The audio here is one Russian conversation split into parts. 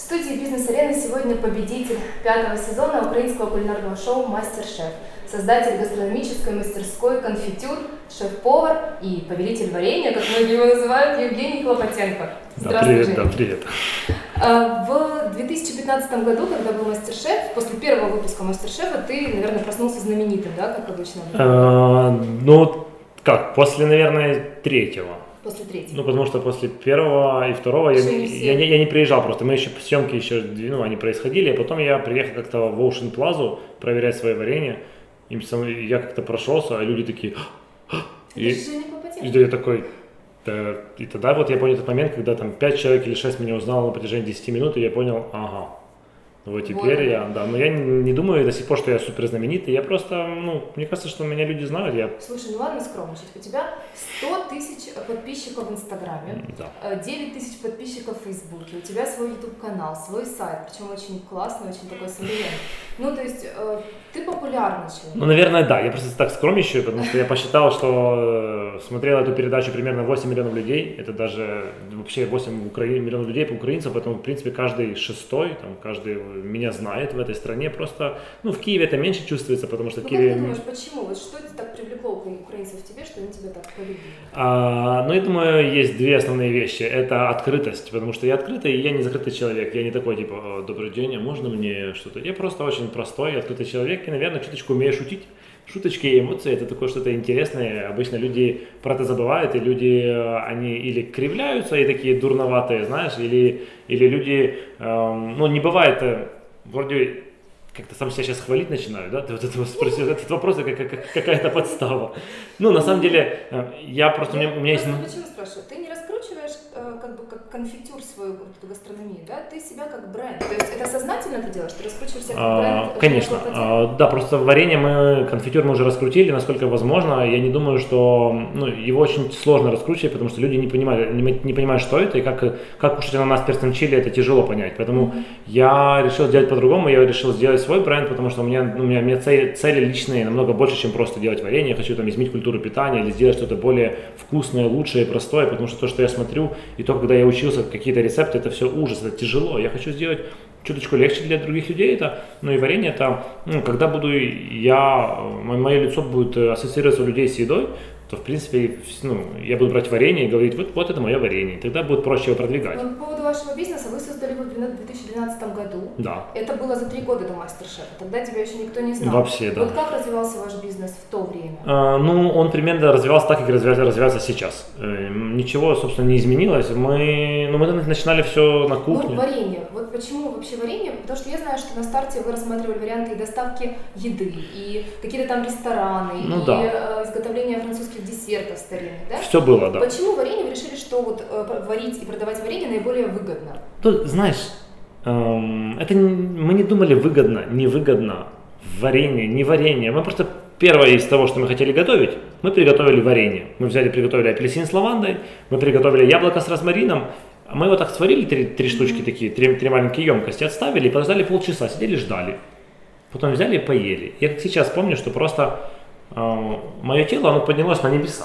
студии «Бизнес-арены» сегодня победитель 5-го сезона украинского кулинарного шоу «Мастер-шеф», создатель гастрономической мастерской «Конфитюр», шеф-повар и повелитель варенья, как многие его называют, Евгений Хлопотенко. Здравствуй, Женя. Привет. В 2015 году, когда был «Мастер-шеф», после первого выпуска «Мастер-шефа» ты, наверное, проснулся знаменитым, да, как обычно? После, наверное, третьего. После третьего. Ну, потому что после первого и второго я не приезжал просто. Мы еще съемки они происходили, а потом я приехал как-то в Ocean Plaza проверять свое варенье. И я как-то прошелся, а люди такие... Это же Женя Хлопотенко. И я такой... И тогда вот я понял этот момент, когда там 5 человек или 6 меня узнало на протяжении 10 минут, и я понял, вот теперь но я не думаю до сих пор, что я супер знаменитый, я просто, мне кажется, что меня люди знают. Слушай, ладно скромничать, у тебя 100 тысяч подписчиков в Инстаграме, 9 тысяч подписчиков в Фейсбуке, у тебя свой YouTube-канал, свой сайт, причем очень классный, очень такой современный. То есть ты популярный человек. Наверное, да, я просто так скромничаю, потому что я посчитал, что смотрел эту передачу примерно 8 миллионов людей, это даже вообще 8 миллионов людей по украинцам, поэтому, в принципе, каждый шестой, каждый меня знает в этой стране, просто, в Киеве это меньше чувствуется, потому что в Киеве... Как ты думаешь, почему? Вот что это так привлекло украинцев в тебе, что они тебя так полюбили? Я думаю, есть две основные вещи. Это открытость, потому что я открытый, и я не закрытый человек. Я не такой, типа, добрый день, а можно мне что-то? Я просто очень простой, открытый человек, и, наверное, чуточку умею шутить. Шуточки и эмоции – это такое что-то интересное. Обычно люди про это забывают, и люди, они или кривляются, и такие дурноватые, знаешь, или люди, не бывает, вроде как-то сам себя сейчас хвалить начинаю, да? Ты вот этого спросил, этот вопрос как какая-то подстава. На самом деле, я просто, у меня есть... Почему спрашиваю? Ты не раскручиваешь как конфитюр свою эту гастрономию, да? Ты себя как бренд. То есть это сознательно ты делаешь? Ты раскручиваешь себя как бренд? Конечно. Да, просто варенье конфитюр мы уже раскрутили, насколько возможно. Я не думаю, что его очень сложно раскручивать, потому что люди не понимают, что это, и как кушать ананас перцем чили, это тяжело понять. Поэтому я решил сделать по-другому, я решил сделать свой бренд, потому что у меня цели личные намного больше, чем просто делать варенье. Я хочу изменить культуру питания или сделать что-то более вкусное, лучшее, простое, потому что то, что я смотрю, и то, когда я учился какие-то рецепты, это все ужас, это тяжело. Я хочу сделать чуточку легче для других людей это, и варенье это, когда мое лицо будет ассоциироваться у людей с едой, то, в принципе, я буду брать варенье и говорить, вот это мое варенье, тогда будет проще его продвигать. По поводу вашего бизнеса, вы создали его в 2012 году. Да. Это было за 3 года до Мастер-шефа, тогда тебя еще никто не знал. Вообще, да. Вот как развивался ваш бизнес в то время? Он примерно развивался так, как развивается сейчас. Ничего, собственно, не изменилось. Мы начинали все на кухне. Варенье. Вот почему вообще варенье? Потому что я знаю, что на старте вы рассматривали варианты и доставки еды, и какие-то там рестораны, изготовление французских десертов старинных, да? Все было, да. Почему варенье вы решили, что варить и продавать варенье наиболее выгодно? Знаешь, это мы не думали выгодно, невыгодно, варенье, не варенье. Мы просто первое из того, что мы хотели готовить, мы приготовили варенье. Мы приготовили апельсин с лавандой, мы приготовили яблоко с розмарином. Мы его так сварили, 3 штучки такие, 3 маленькие емкости, отставили и подождали полчаса, сидели, ждали. Потом взяли и поели. Я как сейчас помню, что просто мое тело, оно поднялось на небеса.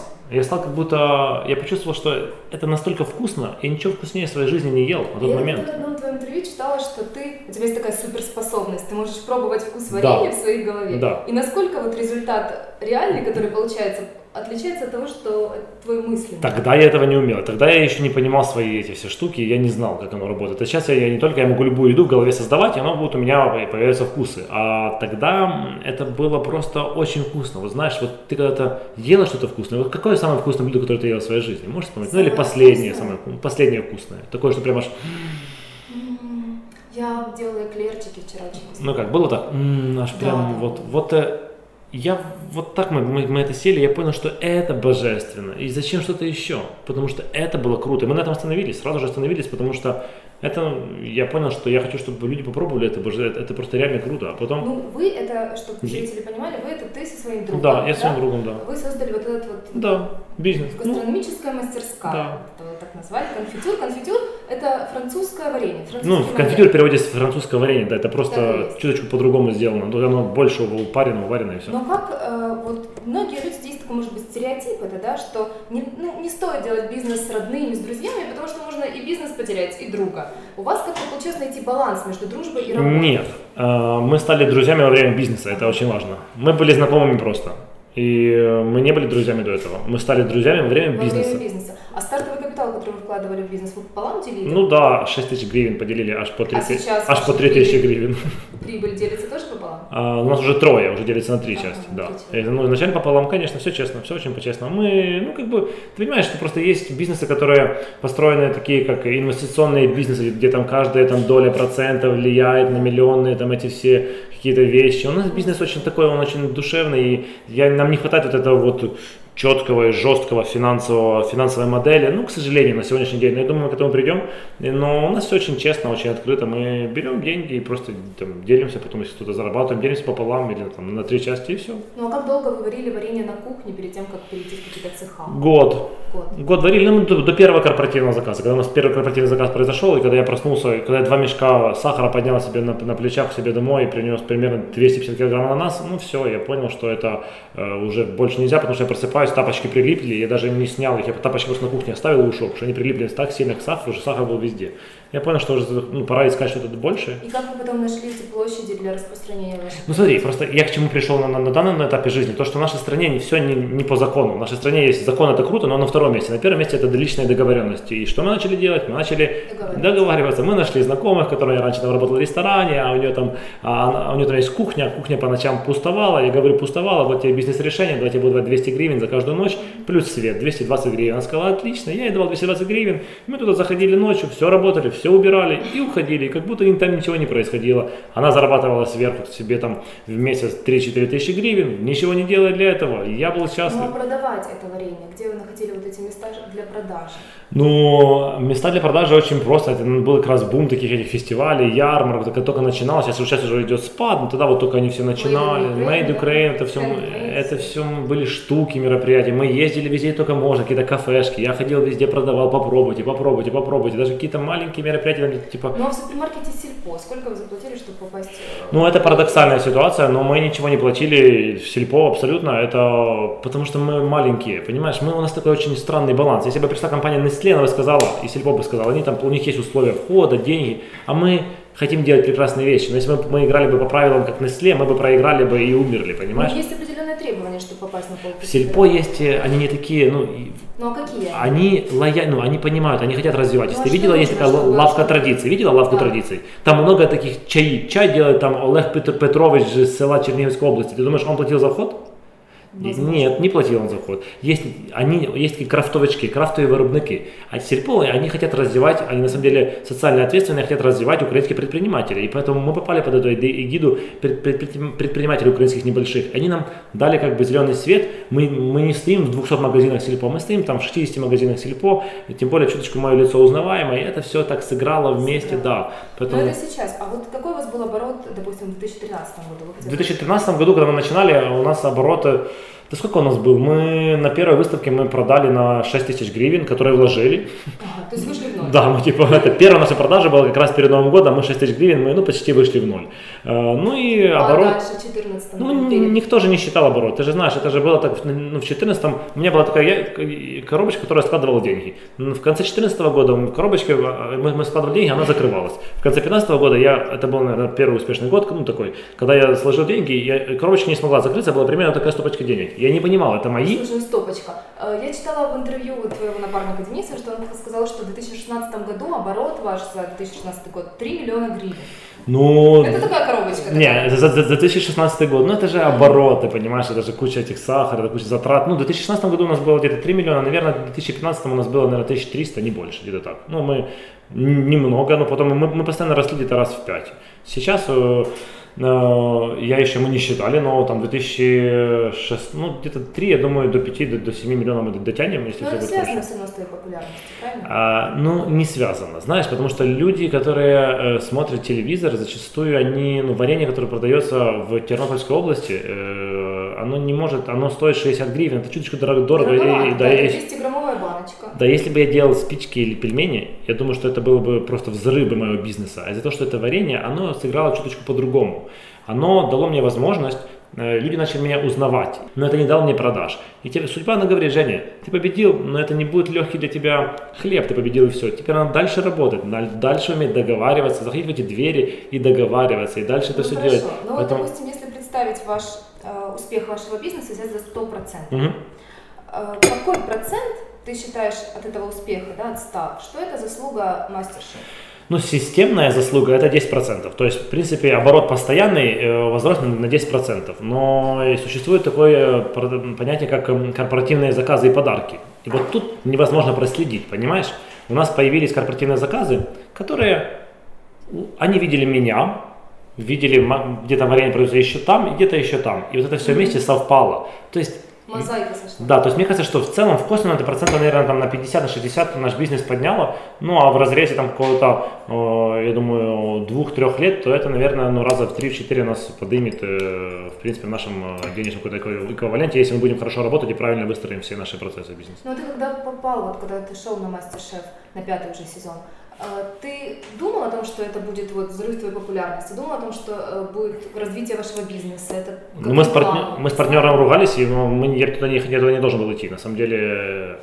Я почувствовал, что это настолько вкусно, я ничего вкуснее в своей жизни не ел на тот момент. Я в одном твоем интервью читала, что у тебя есть такая суперспособность, ты можешь пробовать вкус варенья в своей голове. Да. И насколько результат реальный, который получается, отличается от того, что твой мысленный. Тогда я этого не умел. Тогда я еще не понимал свои эти все штуки, я не знал, как оно работает. А сейчас я могу любую еду в голове создавать, и оно будет у меня появляются вкусы. А тогда это было просто очень вкусно. Вот знаешь, вот ты когда-то ела что-то вкусное, вот какое самое вкусное блюдо, которое ты ела в своей жизни? Можешь вспомнить? Или последнее вкусное. Такое, что прям аж... Я делала эклерчики вчера очень. Было так? Аж прям Я мы это сели, я понял, что это божественно. И зачем что-то еще? Потому что это было круто. И мы на этом остановились, сразу же остановились, потому что я понял, что я хочу, чтобы люди попробовали это просто реально круто. А потом... Вы это, чтобы зрители понимали, ты со своим другом. Да, я со своим другом, да. Вы создали этот бизнес. Гастрономическая мастерская. Да. Так назвали. Конфитюр. Конфитюр – это французское варенье. Конфитюр переводится с французского варенья, да, это просто чуточку по-другому сделано. Оно больше вареное и все. Но многие люди, здесь такой, может быть, стереотип, что не стоит делать бизнес с родными, с друзьями, потому что можно и бизнес потерять, и друга. друга. У вас как-то получилось найти баланс между дружбой и работой? Нет, мы стали друзьями во время бизнеса, это очень важно. Мы были знакомыми просто. И мы не были друзьями до этого. Мы стали друзьями во время бизнеса. Во время бизнеса. А стартовый капитал, который вы вкладывали в бизнес, вы пополам делили? Ну да, 6 тысяч гривен поделили аж по 3 тысячи гривен. Прибыль делится тоже пополам? У нас уже трое, уже делится на 3 части, да. Ну, изначально пополам, конечно, все честно, все очень по-честному. Мы, ты понимаешь, что просто есть бизнесы, которые построены такие, как инвестиционные бизнесы, где там каждая там доля процента влияет на миллионные там эти все какие-то вещи. У нас бизнес очень такой, он очень душевный, и нам не хватает вот этого вот четкого и жесткого финансовой модели. Ну, к сожалению, на сегодняшний день. Но я думаю, мы к этому придем. Но у нас все очень честно, очень открыто. Мы берем деньги и просто там, делимся, потом, если кто-то зарабатываем, делимся пополам или там, на 3 части и все. Ну, а как долго вы варили варенье на кухне перед тем, как перейти в какие-то цеха? Год варили, ну, до первого корпоративного заказа. Когда у нас первый корпоративный заказ произошел, и когда я проснулся, и когда я 2 мешка сахара поднял себе на плечах себе домой и принес примерно 250 килограмм ананас, ну все, я понял, что это уже больше нельзя, потому что я просыпаюсь, тапочки прилипли, я даже не снял их, я тапочки просто на кухне оставил и ушел, потому что они прилипли так сильно к сахару, что сахар был везде. Я понял, что уже пора искать что-то больше. И как вы потом нашли эти площади для распространения ваших? Ну смотри, просто я к чему пришел на данном этапе жизни, то, что в нашей стране все не по закону. В нашей стране есть закон, это круто, но на втором месте. На первом месте это личные договоренности. И что мы начали делать? Мы начали договариваться. Мы нашли знакомых, которые раньше там работали в ресторане, а у нее там есть кухня по ночам пустовала. Я говорю, пустовала, вот тебе бизнес-решение, давайте буду давать 200 гривен за каждую ночь, плюс свет, 220 гривен. Она сказала, отлично, я ей давал 220 гривен. Мы туда заходили ночью, все работали, все убирали и уходили, и как будто там ничего не происходило. Она зарабатывала сверху себе там в месяц 3-4 тысячи гривен, ничего не делая для этого, я был счастлив. Ну а продавать это варенье, где вы находили вот эти места для продажи? Ну, места для продажи очень просто, это был как раз бум таких этих фестивалей, ярмарок, только начиналось, сейчас уже идет спад, но тогда вот только они все начинали, Made Ukraine, это все были штуки, мероприятия, мы ездили везде только можно, какие-то кафешки, я ходил везде, продавал, попробуйте, даже какие-то маленькие мероприятия, типа... Ну а в супермаркете Сельпо, сколько вы заплатили, чтобы попасть? Ну, это парадоксальная ситуация, но мы ничего не платили в Сельпо абсолютно, это потому что мы маленькие, понимаешь, у нас такой очень странный баланс. Если бы пришла компания Nestlé, она бы сказала, и Сельпо бы сказала, у них есть условия входа, деньги, а мы хотим делать прекрасные вещи, но если бы мы играли бы по правилам как Nestlé, мы бы проиграли бы и умерли, понимаешь? Но есть определенные требования, чтобы попасть на полку. В Сельпо есть, они не такие, Ну а какие? Они лояльны, они понимают, они хотят развивать. Если ты видела, есть такая лавка традиций, видела лавку традиций? Там много таких чай делает там Олег Петрович из села Черниговской области. Ты думаешь, он платил за вход? Нет, не платил он за вход. Есть такие крафтовички, крафтовые виробники. А Сельпо, они хотят развивать, они на самом деле социально ответственные, хотят развивать украинских предпринимателей. И поэтому мы попали под эту эгиду предпринимателей украинских небольших. Они нам дали как бы зеленый свет. Мы не стоим в 200 магазинах Сельпо, мы стоим там в 60 магазинах Сельпо. И тем более чуточку мое лицо узнаваемое. И это все так сыграло вместе, да. Поэтому... Но это сейчас. А вот какой у вас был оборот, допустим, в 2013 году? В 2013 году, когда мы начинали, у нас обороты... Да сколько у нас был? Мы на первой выставке мы продали на 6 тысяч гривен, которые вложили. Ага, то есть вышли в ноль? Да, это первая наша продажа была как раз перед Новым годом, мы 6 тысяч гривен, мы почти вышли в ноль. Ну и оборот... А дальше, 14 никто же не считал оборот, ты же знаешь, это же было так, в 14-м у меня была такая коробочка, которая складывала деньги. В конце 2014 года коробочка, мы складывали деньги, она закрывалась. В конце 2015 года, это был, наверное, первый успешный год, такой, когда я сложил деньги, коробочка не смогла закрыться, была примерно такая стопочка денег. Я не понимал, это мои? Слушай, стопочка. Я читала в интервью твоего напарника Дениса, что он сказал, что в 2016 году оборот ваш за 2016 год 3 миллиона гривен. Ну, это такая коробочка. Не, за 2016 год, это же обороты, понимаешь, это же куча этих сахара, это куча затрат. В 2016 году у нас было где-то 3 миллиона, наверное, в 2015 у нас было, наверное, 1300, не больше, где-то так. Мы немного, но потом мы постоянно росли где-то раз в 5. Сейчас... мы не считали, но там 2006, где-то 3, я думаю, до 5, до 7 миллионов мы дотянем, если все будет хорошо. Но это связано все равно с твоей популярностью, правильно? Не связано, знаешь, потому что люди, которые смотрят телевизор, зачастую они, варенье, которое продается в Тернопольской области, оно стоит 60 гривен, это чуточку дорого. Это 200-граммовая баночка. Да, если бы я делал спички или пельмени, я думаю, что это было бы просто взрыв моего бизнеса. А из-за того, что это варенье, оно сыграло чуточку по-другому. Оно дало мне возможность люди начали меня узнавать, но это не дало мне продаж. И тебе судьба, она говорит: Женя, ты победил, но это не будет легкий для тебя хлеб, ты победил и все. Теперь надо дальше работать, дальше уметь договариваться, заходить в эти двери и договариваться, и дальше это все делать. Ну вот, допустим, если представить успех вашего бизнеса, взять за 100%, какой процент ты считаешь от этого успеха, да, от 100, что это заслуга MasterChef? Ну, системная заслуга это 10%. То есть, в принципе, оборот постоянный возрос на 10%. Но и существует такое понятие, как корпоративные заказы и подарки. И вот тут невозможно проследить, понимаешь? У нас появились корпоративные заказы, которые, они видели меня, видели где-то варенье продается еще там, и где-то еще там. И вот это все вместе совпало. То есть, мозаика сошла. Да, то есть мне кажется, что в целом в косвенно это процентов, наверное, там на 50, на 60 наш бизнес подняло. Ну, а в разрезе там какого-то, я думаю, 2-3 лет, то это, наверное, раза в 3-4 нас поднимет, в принципе, в нашем денежном какой-то эквиваленте, если мы будем хорошо работать и правильно выстроим все наши процессы бизнеса. Ну, ты когда попал, вот когда ты шел на MasterChef, на 5-й уже сезон, ты думал о том, что это будет вот взрыв твоей популярности? Думал о том, что будет развитие вашего бизнеса? Это мы с партнером ругались, и я туда не должен был идти. На самом деле,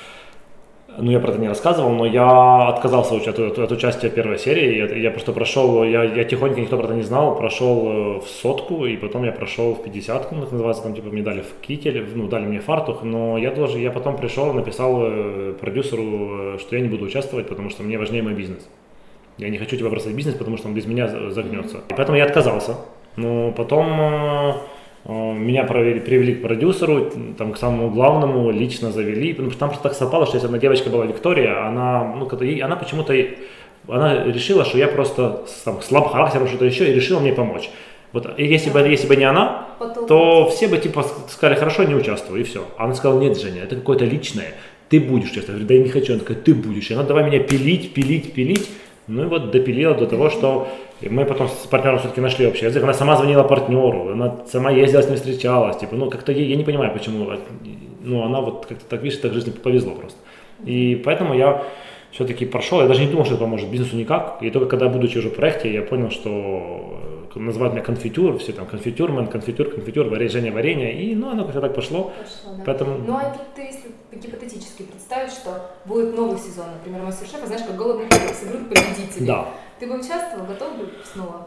я про это не рассказывал, но я отказался от участия в первой серии. Я просто прошел, я тихонько, никто про это не знал, прошел в 100-ку, и потом я прошел в 50-ку, как называется, там типа мне дали в китель, дали мне фартух, но я потом пришел, написал продюсеру, что я не буду участвовать, потому что мне важнее мой бизнес. Я не хочу тебя бросать в бизнес, потому что он без меня загнется. И поэтому я отказался. Но потом меня привели к продюсеру, там, к самому главному, лично завели, потому что там просто так совпало, что есть одна девочка была, Виктория, она почему-то, она решила, что я просто слаб характером, что-то еще, и решила мне помочь. Вот, и если бы не она, то все бы типа сказали: хорошо, не участвую, и все. А она сказала: нет, Женя, это какое-то личное, ты будешь участвовать. Я говорю: да я не хочу. Она такая: ты будешь. И она давай меня пилить. Ну и вот допилила до того, что мы потом с партнером все-таки нашли общий язык. Она сама звонила партнеру, она сама ездила с ним, встречалась. Как-то я не понимаю, почему. Она вот как-то так, видишь, так в жизни повезло просто. И поэтому я все-таки прошел. Я даже не думал, что это поможет бизнесу никак. И только когда, будучи уже в проекте, я понял, что называют меня конфитюр, все там конфитюрмен, конфитюр, варенье. И оно как-то так пошло. Да. Поэтому... Ну а ты, если гипотетически представить, что будет новый сезон, например, MasterChef, знаешь, как голодный игры, соберут победителей. Да. Ты бы участвовал, готов бы снова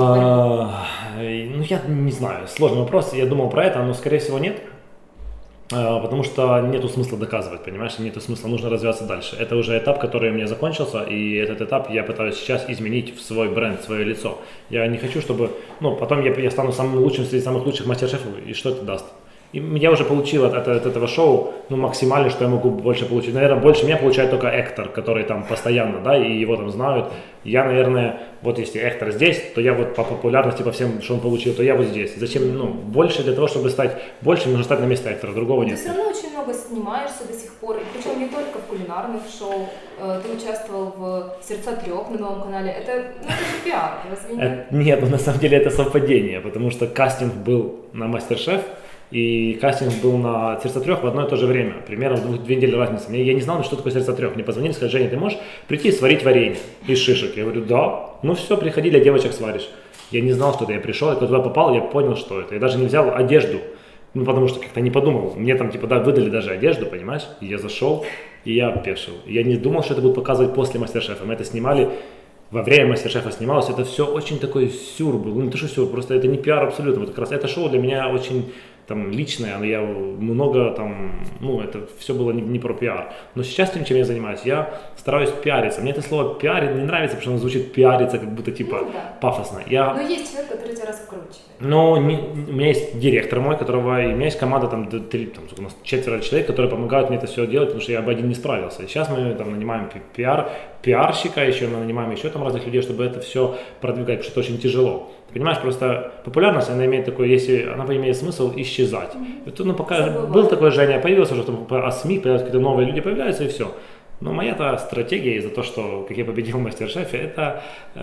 вступить? Я не знаю, сложный вопрос. Я думал про это, но скорее всего нет. Потому что нету смысла доказывать, понимаешь, нету смысла, нужно развиваться дальше. Это уже этап, который у меня закончился, и этот этап я пытаюсь сейчас изменить в свой бренд, в свое лицо. Я не хочу, чтобы, потом я стану самым лучшим среди самых лучших мастер-шефов, и что это даст? И я уже получил от этого шоу, максимально, что я могу больше получить. Наверное, больше меня получает только Эктор, который там постоянно, да, и его там знают. Я, наверное, вот если Эктор здесь, то я вот по популярности, по всем, что он получил, то я вот здесь. Зачем, больше для того, чтобы стать больше, нужно стать на место Эктора, другого нет. Ты все равно очень много снимаешься до сих пор, причем не только в кулинарных шоу. Ты участвовал в «Сердца трех» на новом канале. Это же пиар, разве нет? Нет, на самом деле это совпадение, потому что кастинг был на MasterChef, и кастинг был на «Сердца трех» в одно и то же время, примерно в 2 недели разницы. Я не знал, что такое «Сердца трех». Мне позвонили, сказали: Женя, ты можешь прийти и сварить варенье из шишек? Я говорю: да. Все, приходи, для девочек сваришь. Я не знал, что это. Я пришел, и когда туда попал, я понял, что это. Я даже не взял одежду, потому что как-то не подумал. Мне там выдали даже одежду, понимаешь? И я зашел, и я опешил. Я не думал, что это будут показывать после «Мастер-шефа». Мы это снимали. Во время «Мастер-шефа» снималось, это все очень такой сюр был. Не то, что сюр, просто это не пиар абсолютно. Вот как раз это шоу для меня очень личное, я много это все было не про пиар. Но сейчас тем, чем я занимаюсь, я стараюсь пиариться. Мне это слово пиар не нравится, потому что оно звучит пиариться, как будто пафосно. Но есть человек, который тебя раскручивает. У меня есть директор мой, и у меня есть команда, у нас 4 человек, которые помогают мне это все делать, потому что я бы один не справился. И сейчас мы нанимаем пиарщика, еще мы нанимаем еще разных людей, чтобы это все продвигать, потому что это очень тяжело. Ты понимаешь, просто популярность, она имеет такой, если она имеет смысл исчезать. Пока был такой Женя, появился уже СМИ, появляются какие-то новые люди, появляются и все. Но моя-то стратегия из-за того, что как я победил в «Мастер-шефе», это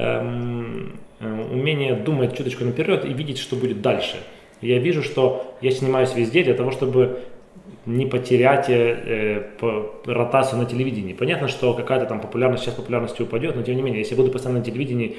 умение думать чуточку наперед и видеть, что будет дальше. Я вижу, что я снимаюсь везде для того, чтобы не потерять ротацию на телевидении. Понятно, что какая-то там популярность, сейчас популярность упадет, но тем не менее, если я буду постоянно на телевидении,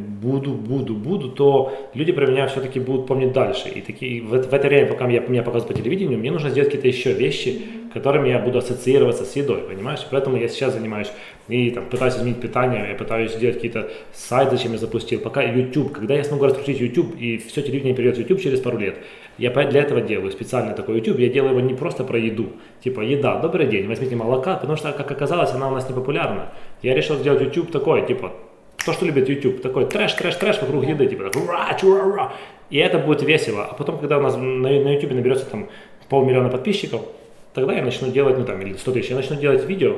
буду, то люди про меня все-таки будут помнить дальше. И такие, в это время, пока меня показывают по телевидению, мне нужно сделать какие-то еще вещи, которыми я буду ассоциироваться с едой, понимаешь? Поэтому я сейчас занимаюсь и там пытаюсь изменить питание, я пытаюсь сделать какие-то сайты, зачем я запустил. Пока YouTube, когда я смогу раскрутить YouTube и все телевидение перейдет в YouTube через пару лет, я для этого делаю специальный такой YouTube, я делаю его не просто про еду, типа еда, добрый день, возьмите молока, потому что, как оказалось, она у нас не популярна. Я решил сделать YouTube такой, типа, то, что любит YouTube, такой трэш вокруг еды, типа, так, ура, и это будет весело. А потом, когда у нас на YouTube наберется там 500 000 подписчиков, тогда я начну делать, ну там, или 100 000, я начну делать видео,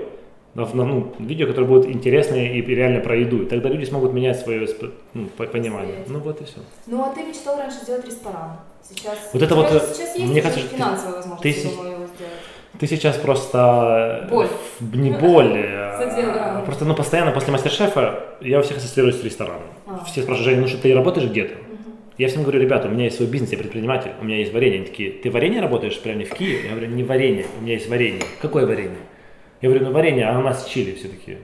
видео, которые будут интересные и реально про еду. И тогда люди смогут менять свое понимание. Ну вот и все. Ну а ты мечтал раньше сделать ресторан. Сейчас, вот это вот, сейчас есть мне кажется, финансовая возможность, думаю, его сделать. Ты сейчас просто... Боль. Не боль. Просто постоянно после мастер-шефа я у всех ассоциируюсь с рестораном. Все спрашивают, Женя, ну что ты работаешь где-то? Я всем говорю, ребята, у меня есть свой бизнес, я предприниматель, у меня есть варенье. Они такие, ты варенье работаешь прямо в Киеве? Я говорю, не варенье, у меня есть варенье. Какое варенье? Я говорю, ну варенье, а у нас в Чили все такие.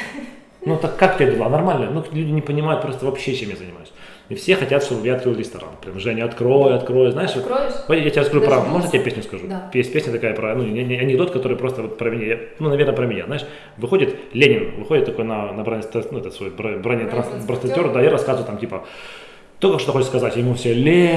Ну так как у тебя дела? Нормально? Ну люди не понимают просто вообще, чем я занимаюсь. И все хотят, чтобы я открыл ресторан. Прям, Женя, открой, знаешь. Откроешь? Вот, я тебе расскажу про... Можно я тебе песню скажу? Да. Есть песня такая про... анекдот, который просто вот про меня, наверное, про меня. Знаешь, Ленин выходит такой на бронетранспортер, да, и рассказывает там, типа, только что хочешь сказать, ему все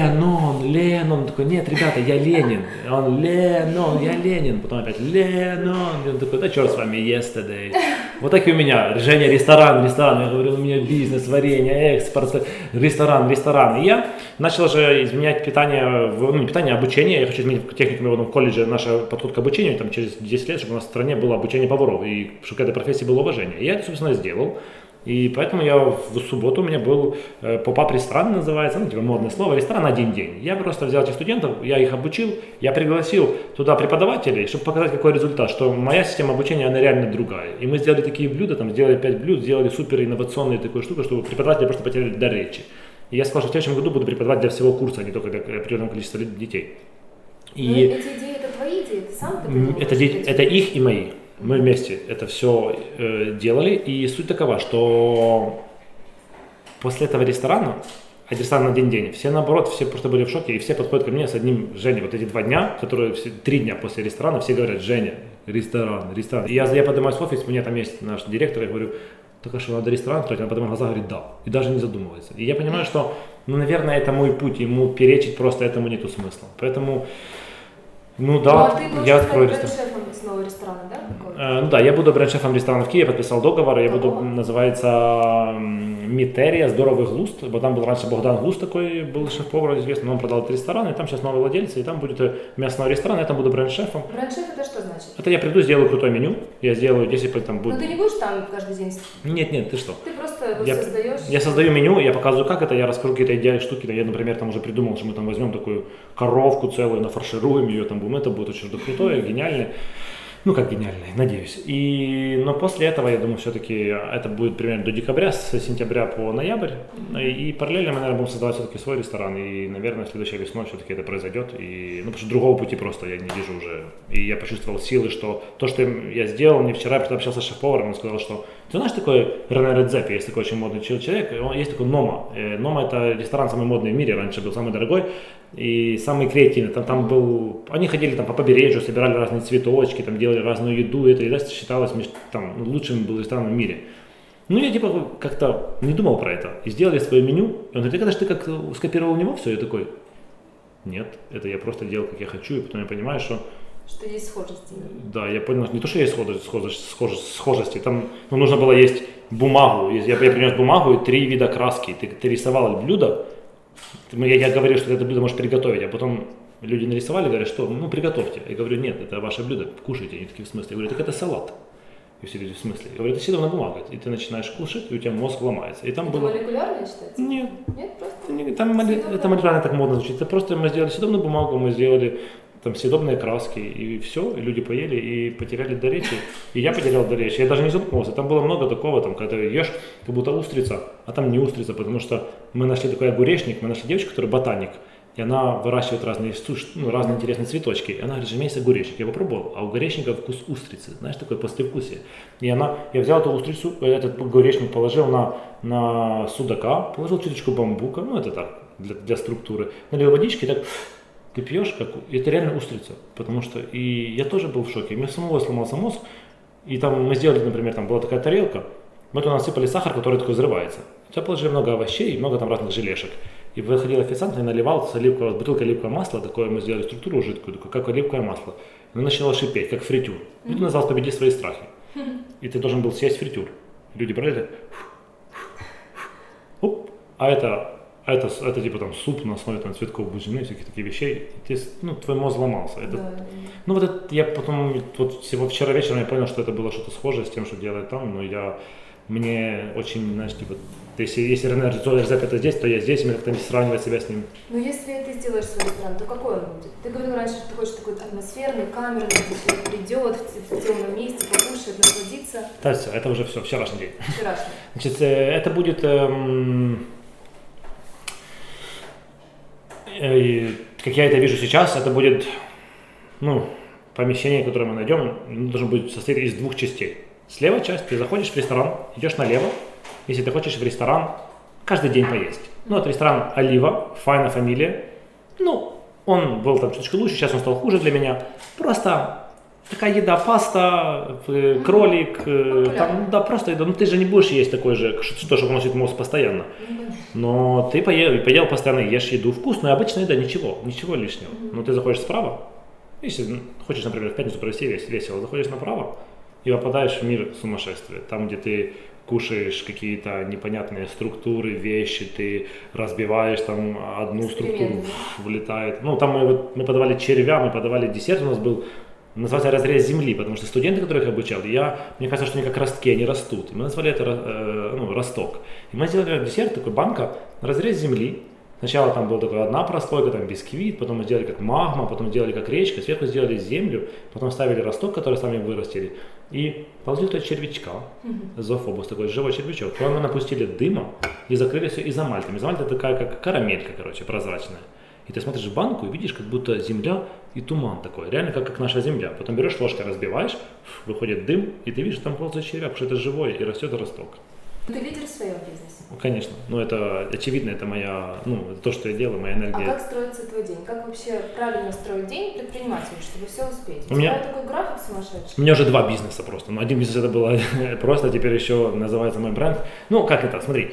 Ленин, он такой, нет, ребята, я Ленин, он Ленин, я Ленин, потом опять Ленин, он такой, да черт с вами, yesterday. Вот так и у меня, Женя, ресторан, я говорю, у меня бизнес, варенье, экспорт, ресторан, и я начал же изменять питание, обучение, я хочу изменить технику в колледже, наш подход к обучению, там через 10 лет, чтобы у нас в стране было обучение поваров, и чтобы к этой профессии было уважение. И я это, собственно, сделал. И поэтому я в субботу у меня был поп-ап ресторан, называется, модное слово, ресторан один день. Я просто взял этих студентов, я их обучил, я пригласил туда преподавателей, чтобы показать, какой результат, что моя система обучения, она реально другая. И мы сделали такие блюда, сделали 5 блюд, сделали супер инновационные такую штуку, чтобы преподаватели просто потеряли дар речи. И я сказал, что в следующем году буду преподавать для всего курса, а не только для определенного количества детей. И эти идеи, это твои идеи, ты сам это их и мои. Мы вместе это все делали, и суть такова, что после этого ресторана, а ресторан на день, все наоборот, все просто были в шоке, и все подходят ко мне с одним, Женя, вот эти 2 дня, 3 дня после ресторана, все говорят, Женя, ресторан. И я поднимаюсь в офис, у меня там есть наш директор, я говорю, только что надо ресторан открыть, она поднимает глаза, говорит, да, и даже не задумывается. И я понимаю, что, наверное, это мой путь, ему перечить просто этому нету смысла, поэтому... я открою ресторан. Снова ресторана, да? Да, я буду бренд-шефом ресторана в Киеве, подписал договор, я буду, называется Митерия, здоровый глуст, вот там был раньше Богдан Глуст такой, был шеф-повар известный, но он продал этот ресторан, и там сейчас новый владелец, и там будет мясной ресторан, я там буду бренд-шефом. Бренд-шеф это что значит? Это я приду, сделаю крутое меню, я сделаю, если там будет... Но ты не будешь там каждый день? Нет, ты что? Ты просто его создаешь? Я создаю меню, я показываю, как это, я расскажу какие-то идеальные штуки, я, например, там уже придумал, что мы там возьмем такую коровку целую, нафаршируем ее, там будем, это будет очень крутое, гениальное. Ну, как гениальное, надеюсь. Но после этого, я думаю, все-таки это будет примерно до декабря, с сентября по ноябрь. И параллельно мы, наверное, будем создавать все-таки свой ресторан. И, наверное, следующей весной все-таки это произойдет. Потому что другого пути просто я не вижу уже. И я почувствовал силы, что то, что я сделал, мне вчера общался с шеф-поваром, он сказал, что ты знаешь, такой Рене Редзепи, есть такой очень модный человек, есть такой Нома. Нома это ресторан самый модный в мире, раньше был самый дорогой и самый креативный. Там был, они ходили там по побережью, собирали разные цветочки, там делали разную еду, и эта еда считалась лучшим был рестораном в мире. Я как-то не думал про это. И сделали свое меню. И он говорит, это же ты как скопировал у него все? Я такой, нет, это я просто делал, как я хочу, и потом я понимаю, что есть схожести. Да, я понял, не то, что есть схожести, там нужно было есть бумагу. Я принес бумагу и 3 вида краски. Ты рисовал блюдо, я говорил, что ты это блюдо можешь приготовить, а потом люди нарисовали, говорят, что приготовьте. Я говорю, нет, это ваше блюдо, кушайте. Они такие, в смысле? Я говорю, так это салат. И все люди, в смысле? Я говорю, это съедобная бумага, и ты начинаешь кушать, и у тебя мозг ломается. И там это было... молекулярное считается? Нет. Нет, просто? Это молекулярно так модно звучит. Это просто мы сделали съедобную бумагу, мы сделали там съедобные краски, и все, и люди поели, и потеряли дар речи, и я потерял дар речи. Я даже не задумывался, там было много такого, когда ты ешь, как будто устрица, а там не устрица, потому что мы нашли такой огуречник, мы нашли девочку, которая ботаник, и она выращивает разные интересные цветочки. И она говорит, у меня есть огуречник. Я попробовал, а у огуречника вкус устрицы, знаешь, такое послевкусие. Я взял эту устрицу, этот огуречник положил на судака, положил чуточку бамбука, это так, для структуры, налил водички, так ты пьешь, это реально устрица, потому что, и я тоже был в шоке, мне самого сломался мозг, и там мы сделали, например, там была такая тарелка, мы туда насыпали сахар, который такой взрывается, туда положили много овощей и много там разных желешек. И выходил официант и наливал с бутылкой оливкового масла, такое мы сделали структуру жидкую, такое, как оливковое масло. И он начинал шипеть, как фритюр. И ты назвал «Победи свои страхи». И ты должен был съесть фритюр. Люди брали это, а это типа там суп на основе там, цветков бужины, всяких таких вещей. И твой мозг ломался. Я потом, вчера вечером я понял, что это было что-то схожее с тем, что делает там, но мне очень, знаешь, типа, если Рене Redzepi это здесь, то я здесь, мне как-то сравнивать себя с ним. Но если ты сделаешь свой ресторан, то какой он будет? Ты говорил раньше, что ты хочешь такой атмосферный, камерный, где человек придет в темном месте, покушает, насладится. Да, все, это уже все, вчерашний день. Вчерашний. Значит, это будет, как я это вижу сейчас, это будет, помещение, которое мы найдем, должно быть состоять из 2 частей. Слева часть, ты заходишь в ресторан, идешь налево, если ты хочешь в ресторан каждый день поесть. Это ресторан Олива, файна фамилия. Он был там чуточку лучше, сейчас он стал хуже для меня. Просто такая еда, паста, кролик, просто еда. Ты же не будешь есть такой же, что вносит мозг постоянно. Но ты поел постоянно, ешь еду вкусную, обычная еда, ничего лишнего. Но ты заходишь справа, если хочешь, например, в пятницу провести весело, заходишь направо и попадаешь в мир сумасшествия, там, где ты кушаешь какие-то непонятные структуры, вещи, ты разбиваешь там одну структуру, влетает. Там мы подавали червя, мы подавали десерт, у нас был, называется разрез земли, потому что студенты, которых я обучал, мне кажется, что они как ростки, они растут. И мы назвали это росток. И мы сделали десерт, такой банка, разрез земли. Сначала там была только одна прослойка, там бисквит, потом мы сделали как магма, потом сделали как речка, сверху сделали землю, потом ставили росток, который сами вырастили, и положили туда червячка, зоофобус, такой живой червячок. Потом мы напустили дыма и закрыли все изомальтом. Изомальт это такая, как карамелька, прозрачная. И ты смотришь в банку и видишь, как будто земля и туман такой, реально как наша земля. Потом берешь ложкой, разбиваешь, выходит дым, и ты видишь, там ползает червяк, потому что это живое и растет росток. Ты лидер в своем бизнесе? Конечно, это очевидно, это моя, это то, что я делаю, моя энергия. А как строится твой день? Как вообще правильно строить день предпринимателя, чтобы все успеть? У тебя такой график сумасшедший? У меня уже 2 бизнеса просто. Один бизнес это было просто, теперь еще называется мой бренд. Как это? Смотри,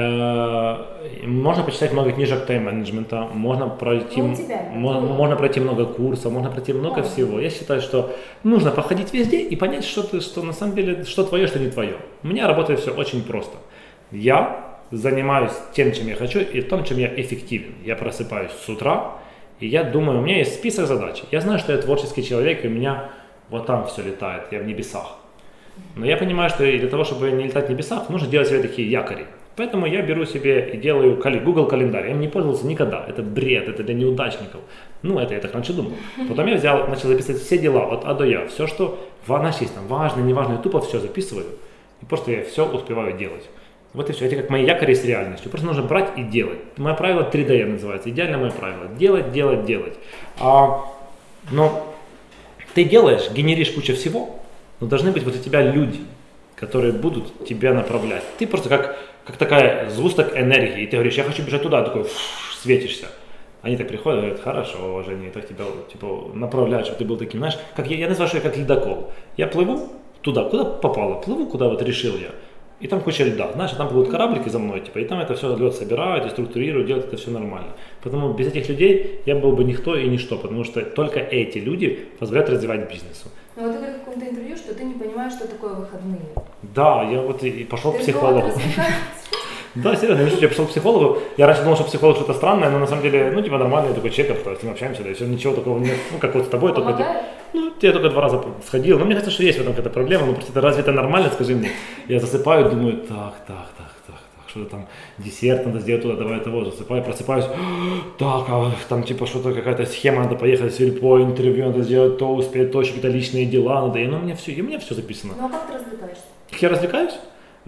можно почитать много книжек тайм-менеджмента, можно пройти много курсов, можно пройти много всего. Я считаю, что нужно походить везде и понять, что на самом деле, что твое, что не твое. У меня работает все очень просто. Я занимаюсь тем, чем я хочу, и том, чем я эффективен. Я просыпаюсь с утра, и я думаю, у меня есть список задач. Я знаю, что я творческий человек, и у меня вот там все летает, я в небесах. Но я понимаю, что для того, чтобы не летать в небесах, нужно делать себе такие якори. Поэтому я беру себе и делаю Google календарь. Я им не пользовался никогда. Это бред, это для неудачников. Это я так раньше думал. Потом я начал записывать все дела от А до Я. Все, что есть там важное, неважное, тупо все записываю. И просто я все успеваю делать. Вот и все. Это как мои якори с реальностью. Просто нужно брать и делать. Мое правило 3D называется. Идеальное мое правило. Делать, делать, делать. Но ты делаешь, генеришь кучу всего, но должны быть вот у тебя люди, которые будут тебя направлять. Ты просто как такая сгусток энергии. И ты говоришь, я хочу бежать туда, такой светишься. Они так приходят и говорят, хорошо, Женя, и так тебя направляют, чтобы ты был таким, знаешь, я называю себя как ледокол. Я плыву туда, куда попало, плыву, куда решил я. И там куча льда, знаешь, там плывут кораблики за мной, и там это все лед собирают и структурируют, делают это все нормально. Поэтому без этих людей я был бы никто и ничто, потому что только эти люди позволяют развивать бизнесу. Ну вот ты говорил в каком-то интервью, что ты не понимаешь, что такое выходные. Да, я и пошел к психологу. Да, серьезно, я пошел к психологу. Я раньше думал, что психолог что-то странное, но на самом деле, нормальный такой человек, с ним общаемся, да, и все, ничего такого нет. Как вот с тобой, я только 2 раза сходил. Но мне кажется, что есть в этом какая-то проблема. Просто разве это нормально, скажи мне? Я засыпаю, думаю, так, что-то там, десерт надо сделать туда, давай того, засыпаю, просыпаюсь, так, там что-то какая-то схема, надо поехать в сельпо, интервью надо сделать, то успеть, то, какие-то личные дела надо, и у меня все записано. Ну а как ты развлекаешься? Как я развлекаюсь?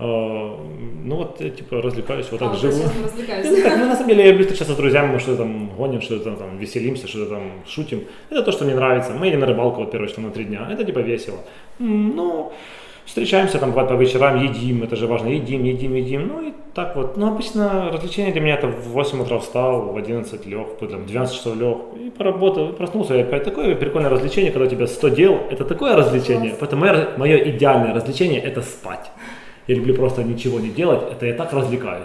Ну вот, типа, развлекаюсь, вот так вот живу. сейчас мы развлекаемся. Ну, на самом деле, я люблю встречаться с друзьями, мы что-то там гоним, что-то там веселимся, что-то там шутим. Это то, что мне нравится. Мы едем на рыбалку, вот, первое, что на 3 дня. Это, типа, весело. Ну, встречаемся там, бывает, по вечерам, едим, это же важно, едим. Ну, и так вот. Ну, обычно развлечение для меня это в 8 утра встал, в 11 лег, потом в 12 часов лег, и поработал, и проснулся. И опять такое прикольное развлечение, когда у тебя 100 дел, это такое развлечение. Поэтому мое идеальное развлечение это спать. Я люблю просто ничего не делать, это я так развлекаюсь.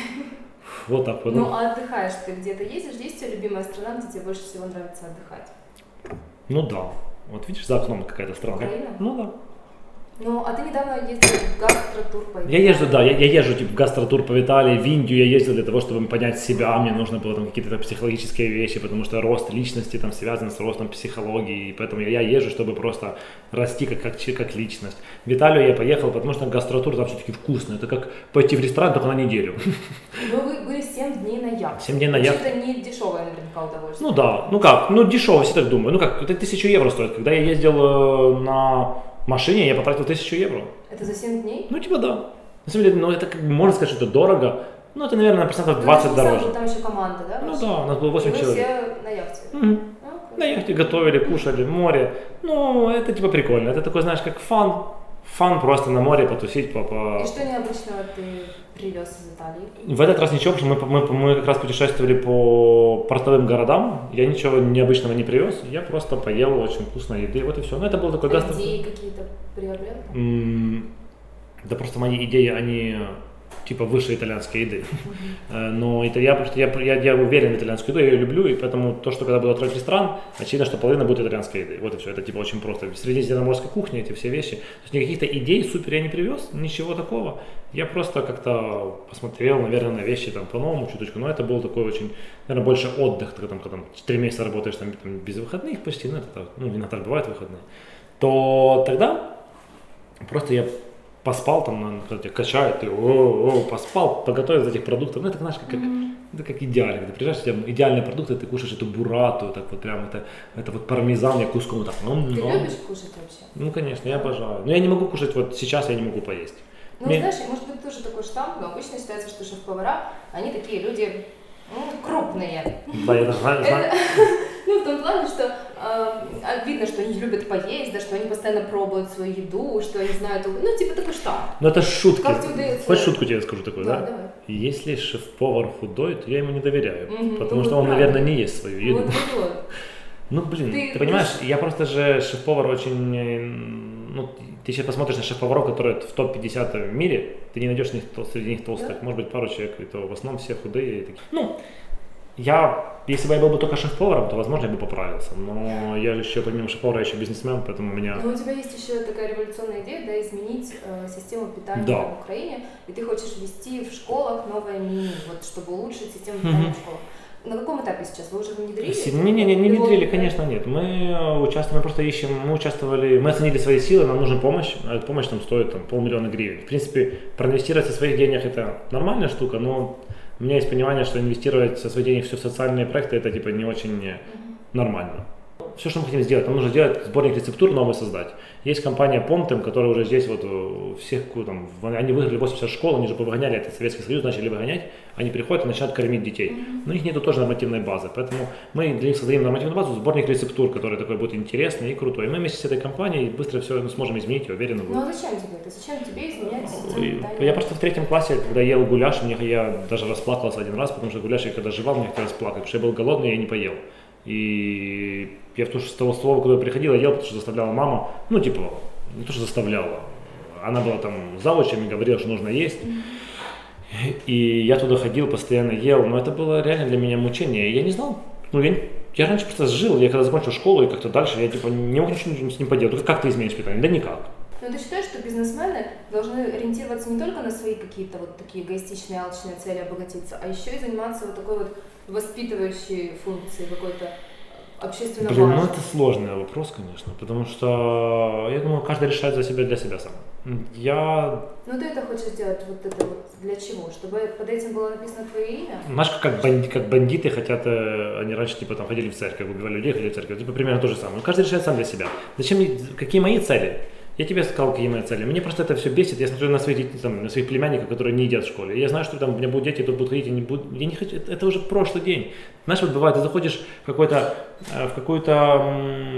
Вот так вот. Ну, а отдыхаешь ты где-то ездишь? Есть у тебя любимая страна, где тебе больше всего нравится отдыхать? Ну да. Вот видишь, за окном какая-то страна. Украина? Ну да. Ну, а ты недавно ездил в гастротур по Италии. Я езжу, да, я езжу типа, в гастротур по Италии, в Индию я ездил для того, чтобы понять себя, мне нужно было там какие-то психологические вещи, потому что рост личности там связан с ростом психологии, и поэтому я езжу, чтобы просто расти как личность. В Италию я поехал, потому что гастротур там все-таки вкусно, это как пойти в ресторан только на неделю. Ну, вы были 7 дней на яхте. 7 дней на яхте. Это не дешевое наверняка удовольствие. Ну да, ну как, ну дешево, все так думают, ну как, это 1000 евро стоит, когда я ездил на машине, я потратил 1000 евро. Это за 7 дней? Ну, типа, да. На самом деле, ну, это, как бы, можно сказать, что это дорого. Ну, это, наверное, процентов 20 дороже. Там еще команда, да? Ну, да, у нас было 8 человек. все на яхте? Угу. На яхте готовили, кушали, море. Ну, это, типа, прикольно. Это такой, знаешь, как фан. Фан просто на море потусить. И что необычного ты привез из Италии? В этот раз ничего, потому что мы как раз путешествовали по портовым городам. Я ничего необычного не привез. Я просто поел очень вкусной еды. Вот и все. Ну, это был такой идеи какие-то приобрел? Да просто мои идеи, они типа выше итальянской еды. Но это я уверен в итальянскую еду, я ее люблю, и поэтому то, что когда буду открывать ресторан, очевидно, что половина будет итальянской еды. Вот и все. Это типа очень просто. Средиземноморская кухня, эти все вещи. То есть никаких-то идей супер я не привез, ничего такого. Я просто как-то посмотрел, наверное, на вещи там по-новому чуточку. Но это был такой очень, наверное, больше отдых, когда 4 месяца работаешь там без выходных почти, ну, это, ну, иногда бывают выходные, то тогда просто я поспал там, когда тебя качают, ты поспал, поготовил из этих продуктов. Ну, это, знаешь, это как идеально. Когда ты приезжаешь, у тебя идеальные продукты, ты кушаешь эту бурату, так вот прям, это вот пармезан, я куском так. Ты любишь кушать вообще? Ну, конечно, я обожаю. Но я не могу кушать, вот сейчас я не могу поесть. Ну, знаешь, может быть, тоже такой штамп, но обычно считается, что шеф-повара, они такие люди, крупные. Да, я знаю. Ну, в том плане, что видно, что они любят поесть, да, что они постоянно пробуют свою еду, что они знают, ну, типа такой штамп. Ну, это шутки. Как тебе удается? Хочешь шутку тебе скажу такую, да? Давай. Если шеф-повар худой, то я ему не доверяю, потому что он, наверное, не ест свою еду. Вот. Ну, блин, ты понимаешь, я просто же шеф-повар очень... Ну, ты сейчас посмотришь на шеф-поваров, которые в топ-50 в мире, ты не найдешь среди них толстых, да? Может быть, пару человек, и то в основном все худые. И такие. Ну, если бы я был бы только шеф-поваром, то, возможно, я бы поправился. Но я же еще, помимо шеф-повара, еще бизнесмен, поэтому у меня... Но у тебя есть еще такая революционная идея, да, изменить систему питания в Украине, и ты хочешь ввести в школах новое меню, вот, чтобы улучшить систему питания в школах. На каком этапе сейчас? Вы уже внедрили? Не внедрили, конечно, нет. Мы участвовали, мы оценили свои силы, нам нужна помощь, а эта помощь нам стоит там, 500 000 гривен. В принципе, проинвестировать со своих денег это нормальная штука, но у меня есть понимание, что инвестировать со своих денег все в социальные проекты это типа не очень нормально. Все, что мы хотим сделать, нам нужно сделать сборник рецептур новый создать. Есть компания Pontem, которая уже здесь вот всех, там, они выиграли 80 школ, они же повыгоняли, это Советский Союз начали выгонять, они приходят и начинают кормить детей. Но у них нету тоже нормативной базы, поэтому мы для них создадим нормативную базу, сборник рецептур, который такой будет интересный и крутой. И мы вместе с этой компанией быстро все сможем изменить, я уверен. Ну а зачем тебе это? Зачем тебе изменять систему? Я просто в 3 классе, когда ел гуляш, я даже расплакался один раз, потому что гуляш я когда жевал, мне хотелось плакать, потому что я был голодный, я не поел. И я с того слова, куда я приходил, я ел, потому что заставляла мама, ну типа, не то что заставляла, она была там завучем и говорила, что нужно есть. И я туда ходил, постоянно ел, но это было реально для меня мучение. Я не знал, я раньше просто жил, я когда закончил школу и как-то дальше, я типа не мог ничего с ним поделать. Как ты изменишь питание? Да никак. Но ты считаешь, что бизнесмены должны ориентироваться не только на свои какие-то вот такие эгоистичные, алчные цели обогатиться, а еще и заниматься вот такой вот воспитывающей функцией какой-то общественно важной? Ну это сложный вопрос, конечно, потому что я думаю, каждый решает за себя для себя сам. Ну ты это хочешь сделать вот это вот для чего? Чтобы под этим было написано твое имя? Знаешь, как бандиты хотят, они раньше типа там ходили в церковь, убивали людей, ходили в церковь, типа примерно то же самое. Каждый решает сам для себя. Какие мои цели? Я тебе сказал, какие мои цели. Мне просто это все бесит. Я смотрю на своих детей, там, на своих племянников, которые не едят в школе. Я знаю, что там у меня будут дети, тут будут ходить, и не будут. Я не хочу. Это уже прошлый день. Знаешь, вот бывает, ты заходишь в какой-то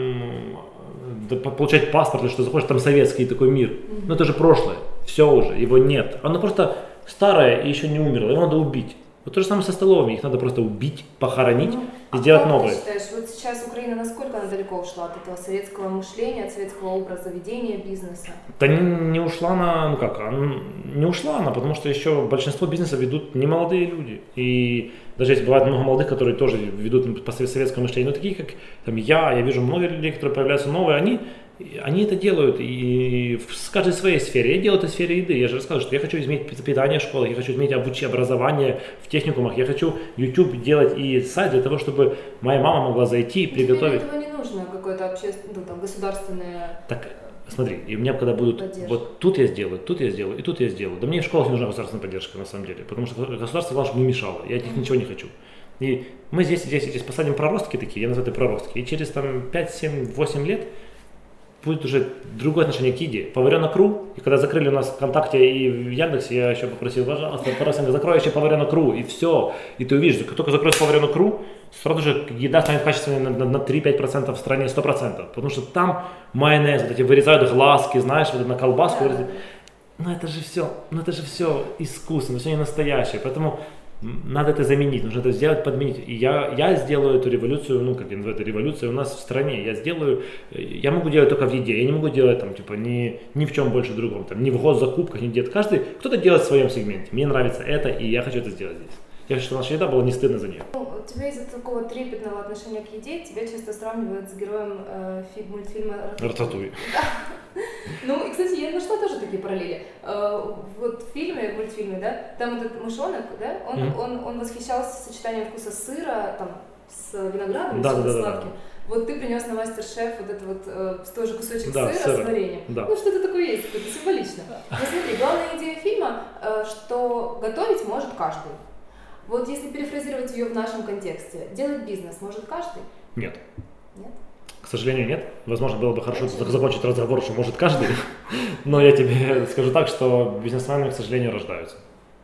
получать паспорт, или что заходишь, там советский такой мир. Но это же прошлое. Все уже, его нет. Оно просто старое и еще не умерло. Его надо убить. Вот то же самое со столовыми, их надо просто убить, похоронить и сделать новые. Как ты считаешь, вот сейчас Украина насколько она далеко ушла от этого советского мышления, от советского образа ведения бизнеса? Да не ушла она, не ушла она, потому что еще большинство бизнеса ведут не молодые люди. И даже если бывает много молодых, которые тоже ведут по советскому мышлению, но такие как там, я вижу много людей, которые появляются новые, они это делают и в каждой своей сфере. Я делаю это в сфере еды. Я же рассказываю, что я хочу изменить питание в школах, я хочу изменить образование в техникумах, я хочу YouTube делать и сайт для того, чтобы моя мама могла зайти и приготовить. Для этого не нужно какое-то общественное, государственное... Так, смотри, и у меня когда будут, поддержка. Вот тут я сделаю, тут я сделаю, и тут я сделаю. Да мне в школах не нужна государственная поддержка, на самом деле, потому что государство, главное, чтобы не мешало. Я от них ничего не хочу. И мы здесь посадим проростки такие, я называю это проростки, и через там 5, 7, 8 лет будет уже другое отношение к еде. Поваренок.ру, и когда закрыли у нас ВКонтакте и в Яндексе, я еще попросил, пожалуйста, закрой еще Поваренок.ру, и все. И ты увидишь, как только закроешь Поваренок.ру, сразу же еда станет качественной на 3-5% в стране, 100%. Потому что там майонез, вот эти вырезают глазки, знаешь, вот это на колбаску. Да. Но это же все искусственно, все не настоящее. Поэтому надо это заменить, нужно это сделать, подменить. И я сделаю эту революцию, как я называю, это революция у нас в стране. Я могу делать только в еде, я не могу делать там, ни в чем больше другом, там, ни в госзакупках, ни где-то. Кто-то делает в своем сегменте. Мне нравится это, и я хочу это сделать здесь. Я хочу, чтобы наша еда была не стыдно за нее. У тебя из-за такого трепетного отношения к еде тебя часто сравнивают с героем мультфильма Рататуй. Ну, и, кстати, я нашла тоже такие параллели. Вот в мультфильме, да, там этот мышонок, да, он восхищался сочетанием вкуса сыра, там, с виноградом, с сладким. Вот ты принес на мастер-шеф вот этот тоже кусочек сыра с вареньем. Да. Ну, что-то такое есть, какое-то символично. Но смотри, главная идея фильма, что готовить может каждый. Вот если перефразировать ее в нашем контексте, делать бизнес может каждый? Нет. Нет? К сожалению, нет. Возможно, было бы хорошо закончить разговор, что может каждый. Но я тебе скажу так, что бизнесмены, к сожалению, рождаются.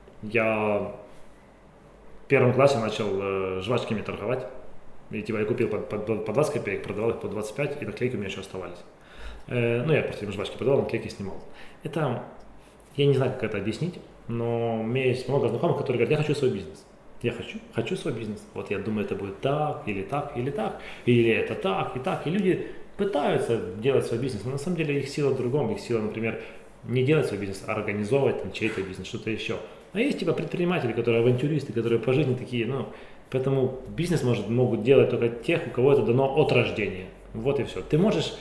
Я в первом классе начал жвачками торговать. И я купил по 20 копеек, продавал их по 25, и наклейки у меня еще оставались. Я просто им жвачки продавал, наклейки снимал. Это, я не знаю, как это объяснить, но у меня есть много знакомых, которые говорят, я хочу свой бизнес. Я хочу свой бизнес. Вот я думаю, это будет так, или так, или так, или это так, и так. И люди пытаются делать свой бизнес, но на самом деле их сила в другом. Их сила, например, не делать свой бизнес, а организовывать там чей-то бизнес, что-то еще. А есть предприниматели, которые авантюристы, которые по жизни такие, поэтому бизнес могут делать только тех, у кого это дано от рождения. Вот и все. Ты можешь,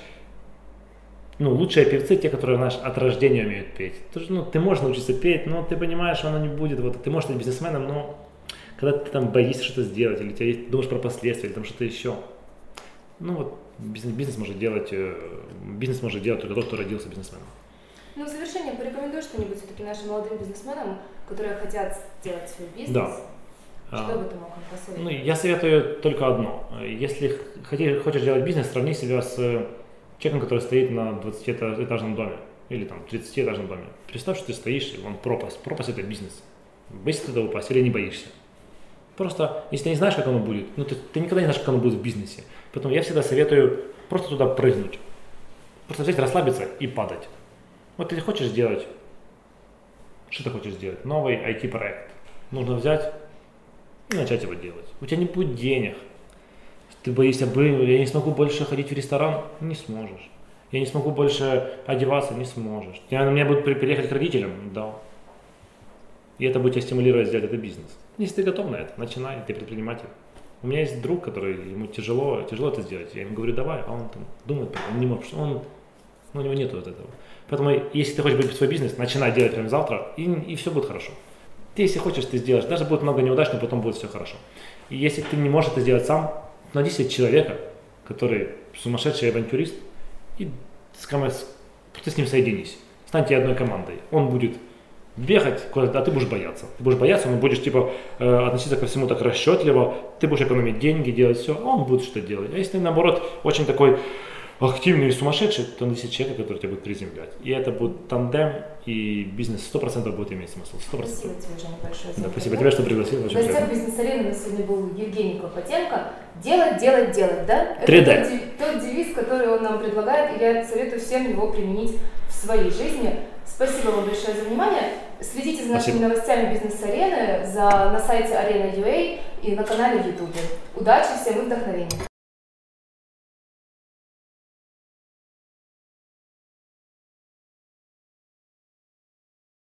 лучшие певцы, те, которые, от рождения умеют петь. Ты можешь научиться петь, но ты понимаешь, что оно не будет. Ты можешь стать бизнесменом, но когда ты там боишься что-то сделать, или ты думаешь про последствия, или там что-то еще. Бизнес может делать только тот, кто родился бизнесменом. В завершение порекомендуй что-нибудь все-таки нашим молодым бизнесменам, которые хотят сделать свой бизнес. Да. Что бы ты мог им посоветовать? Я советую только одно. Если хочешь делать бизнес, сравни себя с человеком, который стоит на 20-этажном доме или там 30-этажном доме. Представь, что ты стоишь, и вон пропасть. Пропасть – это бизнес. Боишься туда упасть или не боишься? Просто, если ты не знаешь, как оно будет, ты никогда не знаешь, как оно будет в бизнесе. Поэтому я всегда советую просто туда прыгнуть. Просто взять, расслабиться и падать. Вот ты хочешь сделать, что ты хочешь сделать? Новый IT-проект. Нужно взять и начать его делать. У тебя не будет денег. Ты боишься, я не смогу больше ходить в ресторан, не сможешь. Я не смогу больше одеваться, не сможешь. Мне будут переехать к родителям, да. И это будет тебя стимулировать сделать этот бизнес. Если ты готов на это, начинай, ты предприниматель. У меня есть друг, ему тяжело это сделать. Я ему говорю, давай, а он там думает, он не может, у него нету вот этого. Поэтому, если ты хочешь быть свой бизнес, начинай делать прямо завтра, и все будет хорошо. Ты, если хочешь, ты сделаешь. Даже будет много неудач, но потом будет все хорошо. И если ты не можешь это сделать сам, найди себе человека, который сумасшедший авантюрист, и ты с ним соединись. Станьте одной командой. Он будет бегать куда-то, а ты будешь бояться. Ты будешь бояться, но будешь относиться ко всему так расчетливо, ты будешь экономить деньги, делать все, а он будет что-то делать. А если ты, наоборот, очень такой активный и сумасшедший, то он есть человека, который тебя будет приземлять. И это будет тандем, и бизнес 100% будет иметь смысл. 100%. Спасибо тебе, Женя, большое. Да, спасибо тебе, что пригласил. В гостях бизнес-арены у нас сегодня был Евгений Клопотенко. Делать, делать, делать, да? 3D. Это тот девиз, который он нам предлагает, и я советую всем его применить в своей жизни. Спасибо вам большое за внимание. Следите за нашими новостями бизнес-арены на сайте Arena.ua и на канале в YouTube. Удачи, всем и вдохновения!